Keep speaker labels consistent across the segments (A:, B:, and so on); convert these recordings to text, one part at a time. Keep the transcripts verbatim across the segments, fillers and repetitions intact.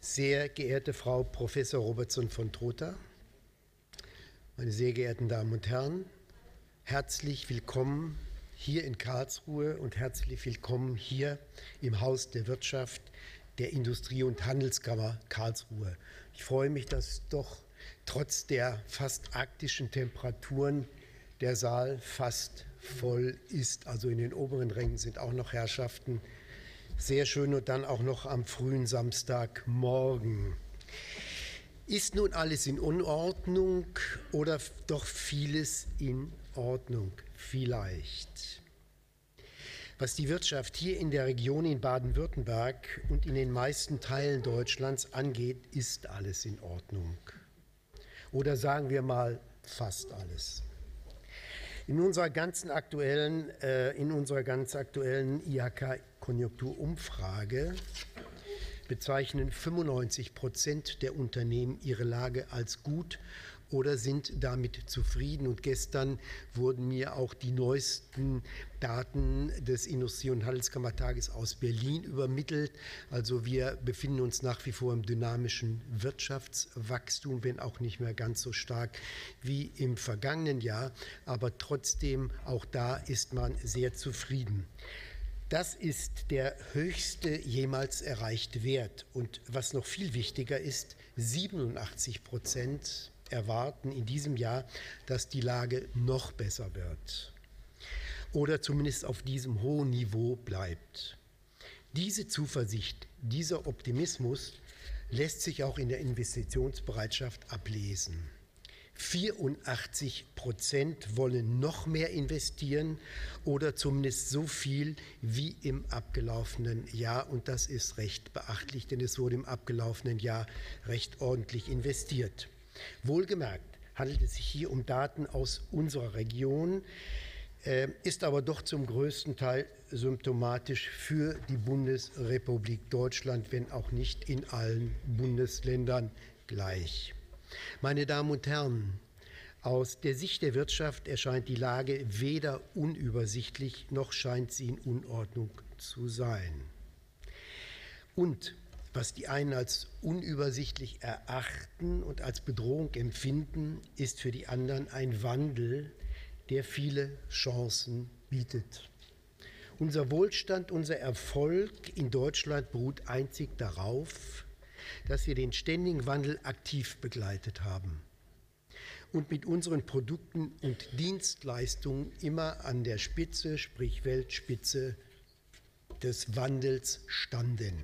A: Sehr geehrte Frau Professor Robertson von Trotha, meine sehr geehrten Damen und Herren, herzlich willkommen hier in Karlsruhe und herzlich willkommen hier im Haus der Wirtschaft der Industrie- und Handelskammer Karlsruhe. Ich freue mich, dass doch trotz der fast arktischen Temperaturen der Saal fast voll ist. Also in den oberen Rängen sind auch noch Herrschaften. Sehr schön und dann auch noch am frühen Samstagmorgen. Ist nun alles in Unordnung oder doch vieles in Ordnung? Vielleicht. Was die Wirtschaft hier in der Region in Baden-Württemberg und in den meisten Teilen Deutschlands angeht, ist alles in Ordnung. Oder sagen wir mal fast alles. In unserer ganzen aktuellen, äh, in unserer ganz aktuellen I H K-Konjunkturumfrage bezeichnen fünfundneunzig Prozent der Unternehmen ihre Lage als gut oder sind damit zufrieden. Und gestern wurden mir auch die neuesten Daten des Industrie- und Handelskammertages aus Berlin übermittelt. Also wir befinden uns nach wie vor im dynamischen Wirtschaftswachstum, wenn auch nicht mehr ganz so stark wie im vergangenen Jahr. Aber trotzdem, auch da ist man sehr zufrieden. Das ist der höchste jemals erreichte Wert. Und was noch viel wichtiger ist, siebenundachtzig Prozent erwarten in diesem Jahr, dass die Lage noch besser wird oder zumindest auf diesem hohen Niveau bleibt. Diese Zuversicht, dieser Optimismus lässt sich auch in der Investitionsbereitschaft ablesen. vierundachtzig Prozent wollen noch mehr investieren oder zumindest so viel wie im abgelaufenen Jahr. Und das ist recht beachtlich, denn es wurde im abgelaufenen Jahr recht ordentlich investiert. Wohlgemerkt handelt es sich hier um Daten aus unserer Region, äh, ist aber doch zum größten Teil symptomatisch für die Bundesrepublik Deutschland, wenn auch nicht in allen Bundesländern gleich. Meine Damen und Herren, aus der Sicht der Wirtschaft erscheint die Lage weder unübersichtlich, noch scheint sie in Unordnung zu sein. Und was die einen als unübersichtlich erachten und als Bedrohung empfinden, ist für die anderen ein Wandel, der viele Chancen bietet. Unser Wohlstand, unser Erfolg in Deutschland beruht einzig darauf, dass wir den ständigen Wandel aktiv begleitet haben und mit unseren Produkten und Dienstleistungen immer an der Spitze, sprich Weltspitze des Wandels standen.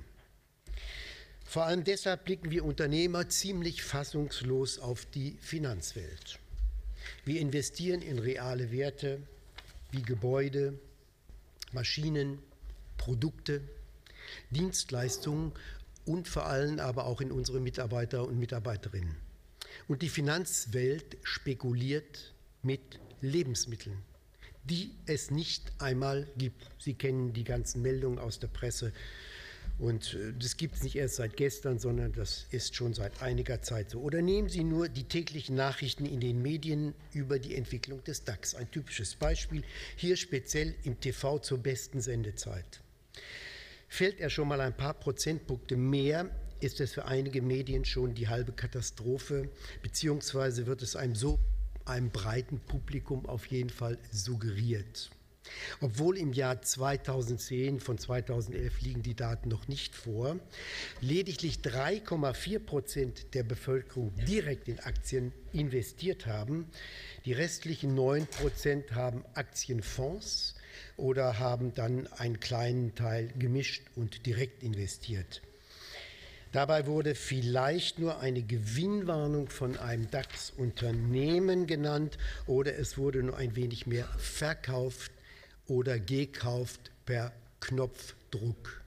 A: Vor allem deshalb blicken wir Unternehmer ziemlich fassungslos auf die Finanzwelt. Wir investieren in reale Werte wie Gebäude, Maschinen, Produkte, Dienstleistungen und vor allem aber auch in unsere Mitarbeiter und Mitarbeiterinnen. Und die Finanzwelt spekuliert mit Lebensmitteln, die es nicht einmal gibt. Sie kennen die ganzen Meldungen aus der Presse. Und das gibt es nicht erst seit gestern, sondern das ist schon seit einiger Zeit so. Oder nehmen Sie nur die täglichen Nachrichten in den Medien über die Entwicklung des DAX. Ein typisches Beispiel, hier speziell im T V zur besten Sendezeit. Fällt er schon mal ein paar Prozentpunkte mehr, ist es für einige Medien schon die halbe Katastrophe, beziehungsweise wird es einem so einem breiten Publikum auf jeden Fall suggeriert. Obwohl im Jahr zweitausendzehn, von zweitausendelf liegen die Daten noch nicht vor, lediglich drei Komma vier Prozent der Bevölkerung direkt in Aktien investiert haben. Die restlichen neun Prozent haben Aktienfonds oder haben dann einen kleinen Teil gemischt und direkt investiert. Dabei wurde vielleicht nur eine Gewinnwarnung von einem DAX-Unternehmen genannt oder es wurde nur ein wenig mehr verkauft oder gekauft per Knopfdruck.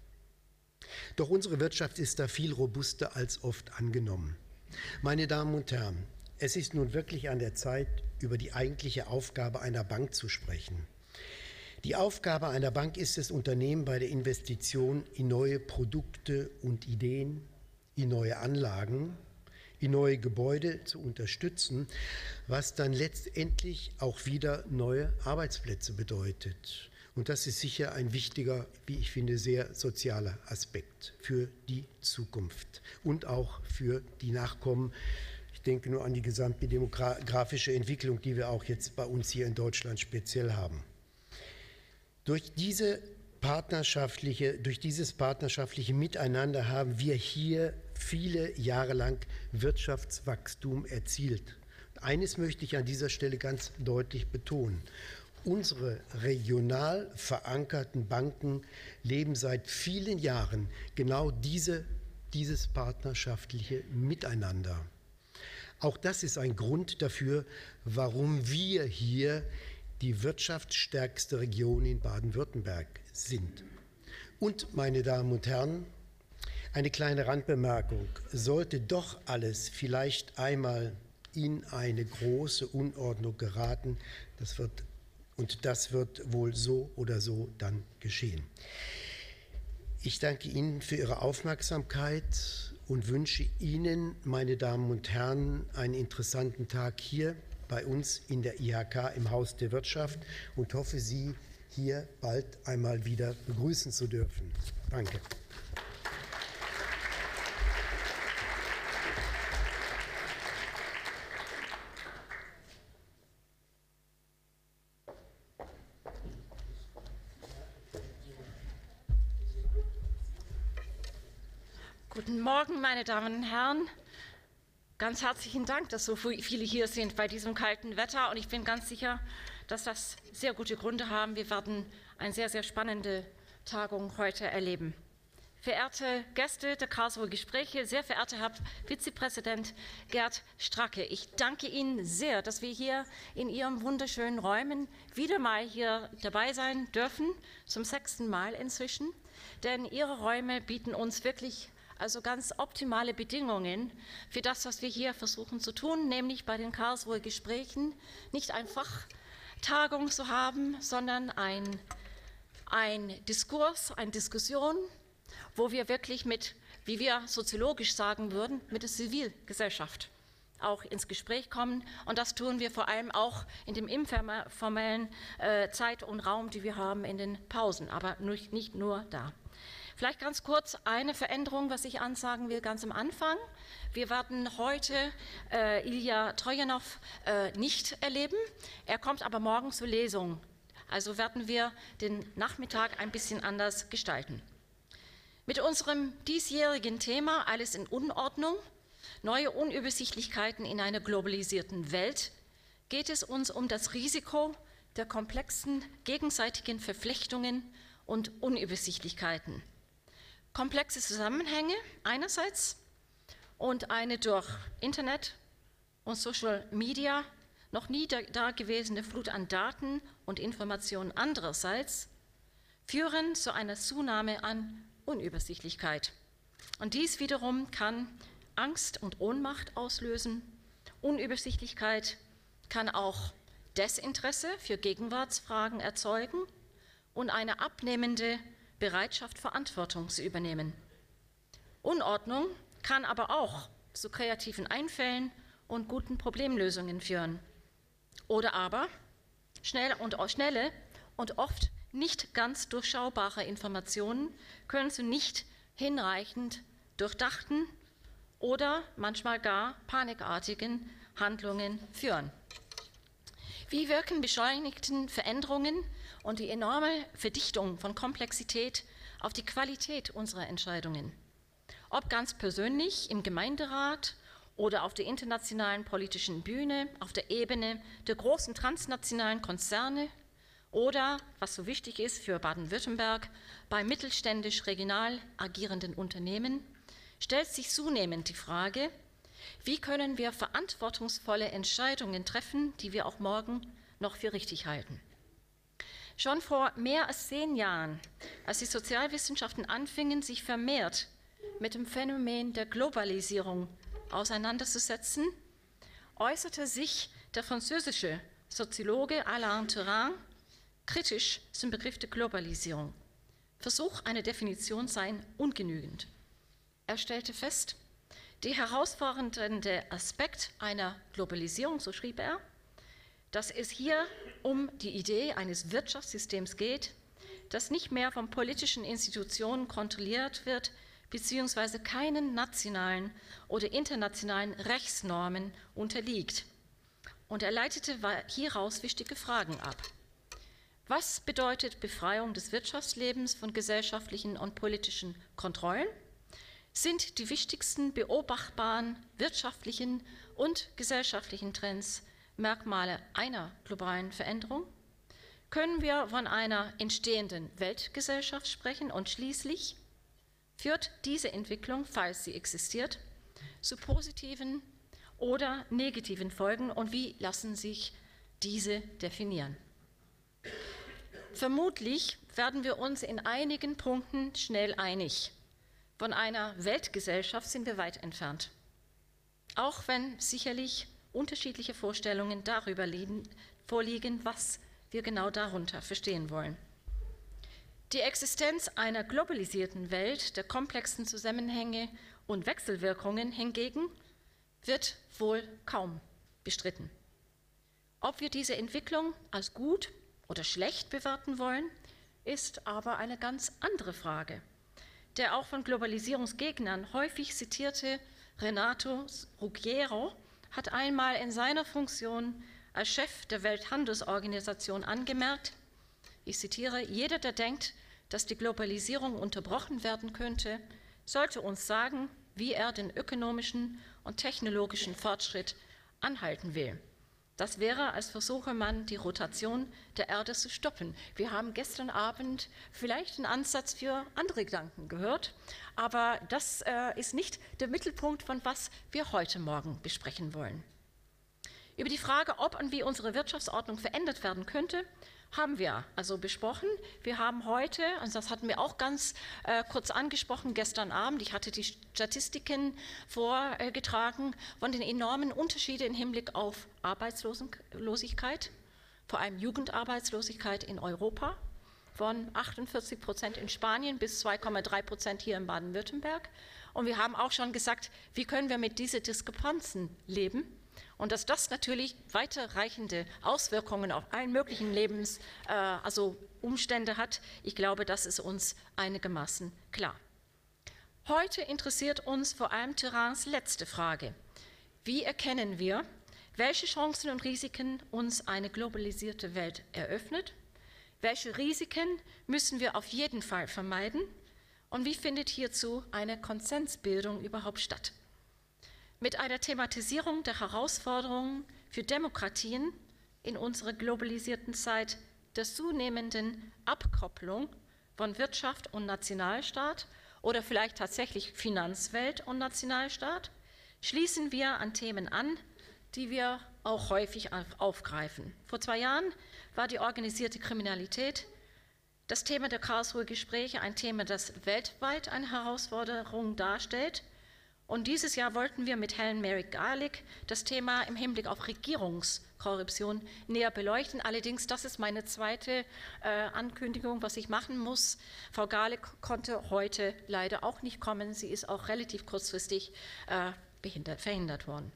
A: Doch unsere Wirtschaft ist da viel robuster als oft angenommen. Meine Damen und Herren, es ist nun wirklich an der Zeit, über die eigentliche Aufgabe einer Bank zu sprechen. Die Aufgabe einer Bank ist es, Unternehmen bei der Investition in neue Produkte und Ideen, in neue Anlagen, in neue Gebäude zu unterstützen, was dann letztendlich auch wieder neue Arbeitsplätze bedeutet. Und das ist sicher ein wichtiger, wie ich finde, sehr sozialer Aspekt für die Zukunft und auch für die Nachkommen. Ich denke nur an die gesamte demografische Entwicklung, die wir auch jetzt bei uns hier in Deutschland speziell haben. Durch diese partnerschaftliche, durch dieses partnerschaftliche Miteinander haben wir hier viele Jahre lang Wirtschaftswachstum erzielt. Eines möchte ich an dieser Stelle ganz deutlich betonen. Unsere regional verankerten Banken leben seit vielen Jahren genau diese, dieses partnerschaftliche Miteinander. Auch das ist ein Grund dafür, warum wir hier die wirtschaftsstärkste Region in Baden-Württemberg sind. Und, meine Damen und Herren, eine kleine Randbemerkung. Sollte doch alles vielleicht einmal in eine große Unordnung geraten, das wird, und das wird wohl so oder so dann geschehen. Ich danke Ihnen für Ihre Aufmerksamkeit und wünsche Ihnen, meine Damen und Herren, einen interessanten Tag hier bei uns in der I H K im Haus der Wirtschaft und hoffe, Sie hier bald einmal wieder begrüßen zu dürfen. Danke.
B: Guten Morgen, meine Damen und Herren. Ganz herzlichen Dank, dass so viele hier sind bei diesem kalten Wetter. Und ich bin ganz sicher, dass das sehr gute Gründe haben. Wir werden eine sehr, sehr spannende Tagung heute erleben. Verehrte Gäste der Karlsruher Gespräche, sehr verehrter Herr Vizepräsident Gerd Stracke, ich danke Ihnen sehr, dass wir hier in Ihren wunderschönen Räumen wieder mal hier dabei sein dürfen, zum sechsten Mal inzwischen. Denn Ihre Räume bieten uns wirklich also ganz optimale Bedingungen für das, was wir hier versuchen zu tun, nämlich bei den Karlsruher Gesprächen nicht eine Fachtagung zu haben, sondern ein, ein Diskurs, eine Diskussion, wo wir wirklich mit, wie wir soziologisch sagen würden, mit der Zivilgesellschaft auch ins Gespräch kommen. Und das tun wir vor allem auch in dem informellen äh, Zeit und Raum, die wir haben in den Pausen, aber nicht, nicht nur da. Vielleicht ganz kurz eine Veränderung, was ich ansagen will, ganz am Anfang. Wir werden heute äh, Ilja Trojanow äh, nicht erleben. Er kommt aber morgen zur Lesung. Also werden wir den Nachmittag ein bisschen anders gestalten. Mit unserem diesjährigen Thema Alles in Unordnung, neue Unübersichtlichkeiten in einer globalisierten Welt, geht es uns um das Risiko der komplexen gegenseitigen Verflechtungen und Unübersichtlichkeiten. Komplexe Zusammenhänge einerseits und eine durch Internet und Social Media noch nie dagewesene Flut an Daten und Informationen andererseits führen zu einer Zunahme an Unübersichtlichkeit. Und dies wiederum kann Angst und Ohnmacht auslösen. Unübersichtlichkeit kann auch Desinteresse für Gegenwartsfragen erzeugen und eine abnehmende Bereitschaft, Verantwortung zu übernehmen. Unordnung kann aber auch zu kreativen Einfällen und guten Problemlösungen führen. Oder aber schnell und schnelle und oft nicht ganz durchschaubare Informationen können zu nicht hinreichend durchdachten oder manchmal gar panikartigen Handlungen führen. Wie wirken beschleunigten Veränderungen und die enorme Verdichtung von Komplexität auf die Qualität unserer Entscheidungen? Ob ganz persönlich im Gemeinderat oder auf der internationalen politischen Bühne, auf der Ebene der großen transnationalen Konzerne oder, was so wichtig ist für Baden-Württemberg, bei mittelständisch regional agierenden Unternehmen, stellt sich zunehmend die Frage, wie können wir verantwortungsvolle Entscheidungen treffen, die wir auch morgen noch für richtig halten. Schon vor mehr als zehn Jahren, als die Sozialwissenschaften anfingen, sich vermehrt mit dem Phänomen der Globalisierung auseinanderzusetzen, äußerte sich der französische Soziologe Alain Thérain kritisch zum Begriff der Globalisierung. Versuch einer Definition sei ungenügend. Er stellte fest, der herausfordernde Aspekt einer Globalisierung, so schrieb er, dass es hier um die Idee eines Wirtschaftssystems geht, das nicht mehr von politischen Institutionen kontrolliert wird, beziehungsweise keinen nationalen oder internationalen Rechtsnormen unterliegt. Und er leitete hieraus wichtige Fragen ab. Was bedeutet Befreiung des Wirtschaftslebens von gesellschaftlichen und politischen Kontrollen? Sind die wichtigsten beobachtbaren wirtschaftlichen und gesellschaftlichen Trends Merkmale einer globalen Veränderung? Können wir von einer entstehenden Weltgesellschaft sprechen? Und schließlich führt diese Entwicklung, falls sie existiert, zu positiven oder negativen Folgen und wie lassen sich diese definieren? Vermutlich werden wir uns in einigen Punkten schnell einig. Von einer Weltgesellschaft sind wir weit entfernt, auch wenn sicherlich unterschiedliche Vorstellungen darüber vorliegen, was wir genau darunter verstehen wollen. Die Existenz einer globalisierten Welt der komplexen Zusammenhänge und Wechselwirkungen hingegen wird wohl kaum bestritten. Ob wir diese Entwicklung als gut oder schlecht bewerten wollen, ist aber eine ganz andere Frage. Der auch von Globalisierungsgegnern häufig zitierte Renato Ruggiero hat einmal in seiner Funktion als Chef der Welthandelsorganisation angemerkt, ich zitiere, jeder, der denkt, dass die Globalisierung unterbrochen werden könnte, sollte uns sagen, wie er den ökonomischen und technologischen Fortschritt anhalten will. Das wäre, als versuche man, die Rotation der Erde zu stoppen. Wir haben gestern Abend vielleicht einen Ansatz für andere Gedanken gehört, aber das äh, ist nicht der Mittelpunkt, von was wir heute Morgen besprechen wollen. Über die Frage, ob und wie unsere Wirtschaftsordnung verändert werden könnte, haben wir also besprochen. Wir haben heute, und das hatten wir auch ganz äh, kurz angesprochen gestern Abend, ich hatte die Statistiken vorgetragen von den enormen Unterschieden im Hinblick auf Arbeitslosigkeit, vor allem Jugendarbeitslosigkeit in Europa, von achtundvierzig Prozent in Spanien bis zwei Komma drei Prozent hier in Baden-Württemberg. Und wir haben auch schon gesagt, wie können wir mit diesen Diskrepanzen leben? Und dass das natürlich weiterreichende Auswirkungen auf allen möglichen Lebens, äh, also Umstände hat, ich glaube, das ist uns einigermaßen klar. Heute interessiert uns vor allem Terrans letzte Frage. Wie erkennen wir, welche Chancen und Risiken uns eine globalisierte Welt eröffnet? Welche Risiken müssen wir auf jeden Fall vermeiden? Und wie findet hierzu eine Konsensbildung überhaupt statt? Mit einer Thematisierung der Herausforderungen für Demokratien in unserer globalisierten Zeit, der zunehmenden Abkopplung von Wirtschaft und Nationalstaat oder vielleicht tatsächlich Finanzwelt und Nationalstaat, schließen wir an Themen an, die wir auch häufig aufgreifen. Vor zwei Jahren war die organisierte Kriminalität das Thema der Karlsruher Gespräche, ein Thema, das weltweit eine Herausforderung darstellt. Und dieses Jahr wollten wir mit Helen Merrick Garlick das Thema im Hinblick auf Regierungskorruption näher beleuchten. Allerdings, das ist meine zweite äh, Ankündigung, was ich machen muss. Frau Garlick konnte heute leider auch nicht kommen. Sie ist auch relativ kurzfristig äh, behindert, verhindert worden.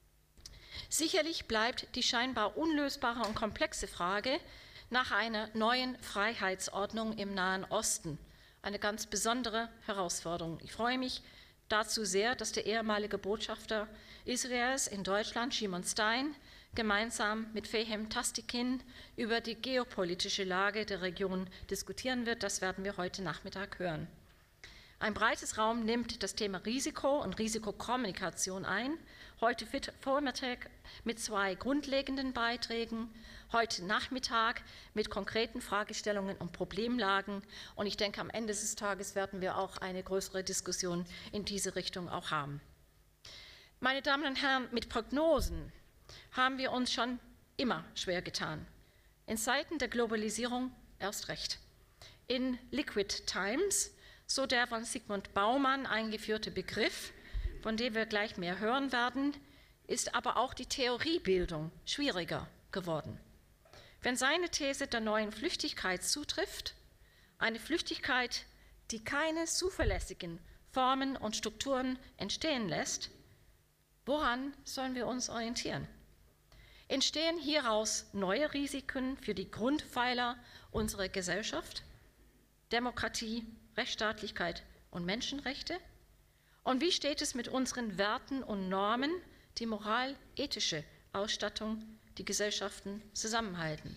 B: Sicherlich bleibt die scheinbar unlösbare und komplexe Frage nach einer neuen Freiheitsordnung im Nahen Osten eine ganz besondere Herausforderung. Ich freue mich dazu sehr, dass der ehemalige Botschafter Israels in Deutschland, Shimon Stein, gemeinsam mit Fehem Tastikin über die geopolitische Lage der Region diskutieren wird. Das werden wir heute Nachmittag hören. Ein breites Raum nimmt das Thema Risiko und Risikokommunikation ein. Heute Vormittag mit zwei grundlegenden Beiträgen, heute Nachmittag mit konkreten Fragestellungen und Problemlagen. Und ich denke, am Ende des Tages werden wir auch eine größere Diskussion in diese Richtung auch haben. Meine Damen und Herren, mit Prognosen haben wir uns schon immer schwer getan. In Zeiten der Globalisierung erst recht. In Liquid Times, so der von Sigmund Baumann eingeführte Begriff, von dem wir gleich mehr hören werden, ist aber auch die Theoriebildung schwieriger geworden. Wenn seine These der neuen Flüchtigkeit zutrifft, eine Flüchtigkeit, die keine zuverlässigen Formen und Strukturen entstehen lässt, woran sollen wir uns orientieren? Entstehen hieraus neue Risiken für die Grundpfeiler unserer Gesellschaft? Demokratie, Rechtsstaatlichkeit und Menschenrechte? Und wie steht es mit unseren Werten und Normen, die moral-ethische Ausstattung, die Gesellschaften zusammenhalten?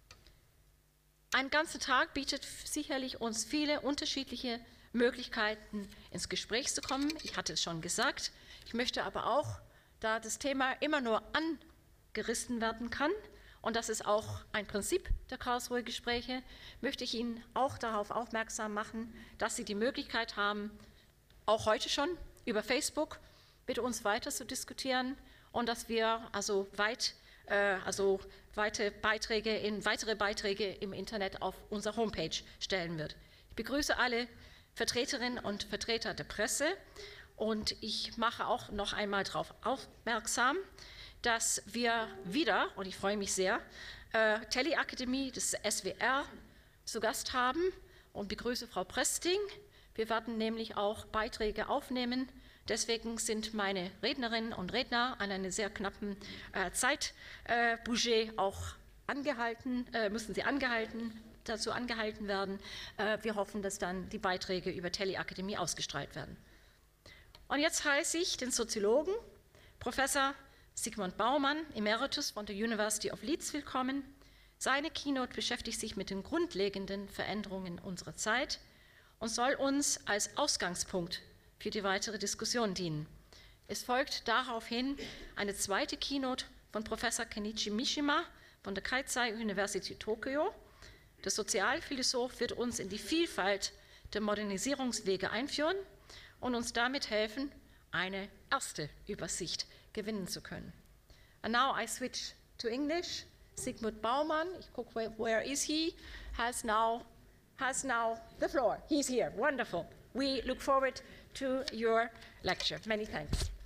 B: Ein ganzer Tag bietet sicherlich uns viele unterschiedliche Möglichkeiten, ins Gespräch zu kommen. Ich hatte es schon gesagt. Ich möchte aber auch, da das Thema immer nur angerissen werden kann, und das ist auch ein Prinzip der Karlsruher Gespräche, möchte ich Ihnen auch darauf aufmerksam machen, dass Sie die Möglichkeit haben, auch heute schon über Facebook mit uns weiter zu diskutieren und dass wir also, weit, äh, also weitere, Beiträge in, weitere Beiträge im Internet auf unserer Homepage stellen wird. Ich begrüße alle Vertreterinnen und Vertreter der Presse und ich mache auch noch einmal darauf aufmerksam, dass wir wieder, und ich freue mich sehr, äh, Teleakademie des S W R zu Gast haben und begrüße Frau Presting. Wir werden nämlich auch Beiträge aufnehmen. Deswegen sind meine Rednerinnen und Redner an einem sehr knappen äh, Zeitbudget äh, auch angehalten, äh, müssen sie angehalten, dazu angehalten werden. Äh, wir hoffen, dass dann die Beiträge über Teleakademie ausgestrahlt werden. Und jetzt heiße ich den Soziologen Professor Zygmunt Baumann, Emeritus von der University of Leeds, willkommen. Seine Keynote beschäftigt sich mit den grundlegenden Veränderungen unserer Zeit und soll uns als Ausgangspunkt für die weitere Diskussion dienen. Es folgt daraufhin eine zweite Keynote von Professor Kenichi Mishima von der Keizai University Tokio. Der Sozialphilosoph wird uns in die Vielfalt der Modernisierungswege einführen und uns damit helfen, eine erste Übersicht gewinnen zu können. And now I switch to English. Zygmunt Baumann, ich gucke, where, where is he, has now, has now the floor. He's here. Wonderful. We look forward to your lecture. Many thanks.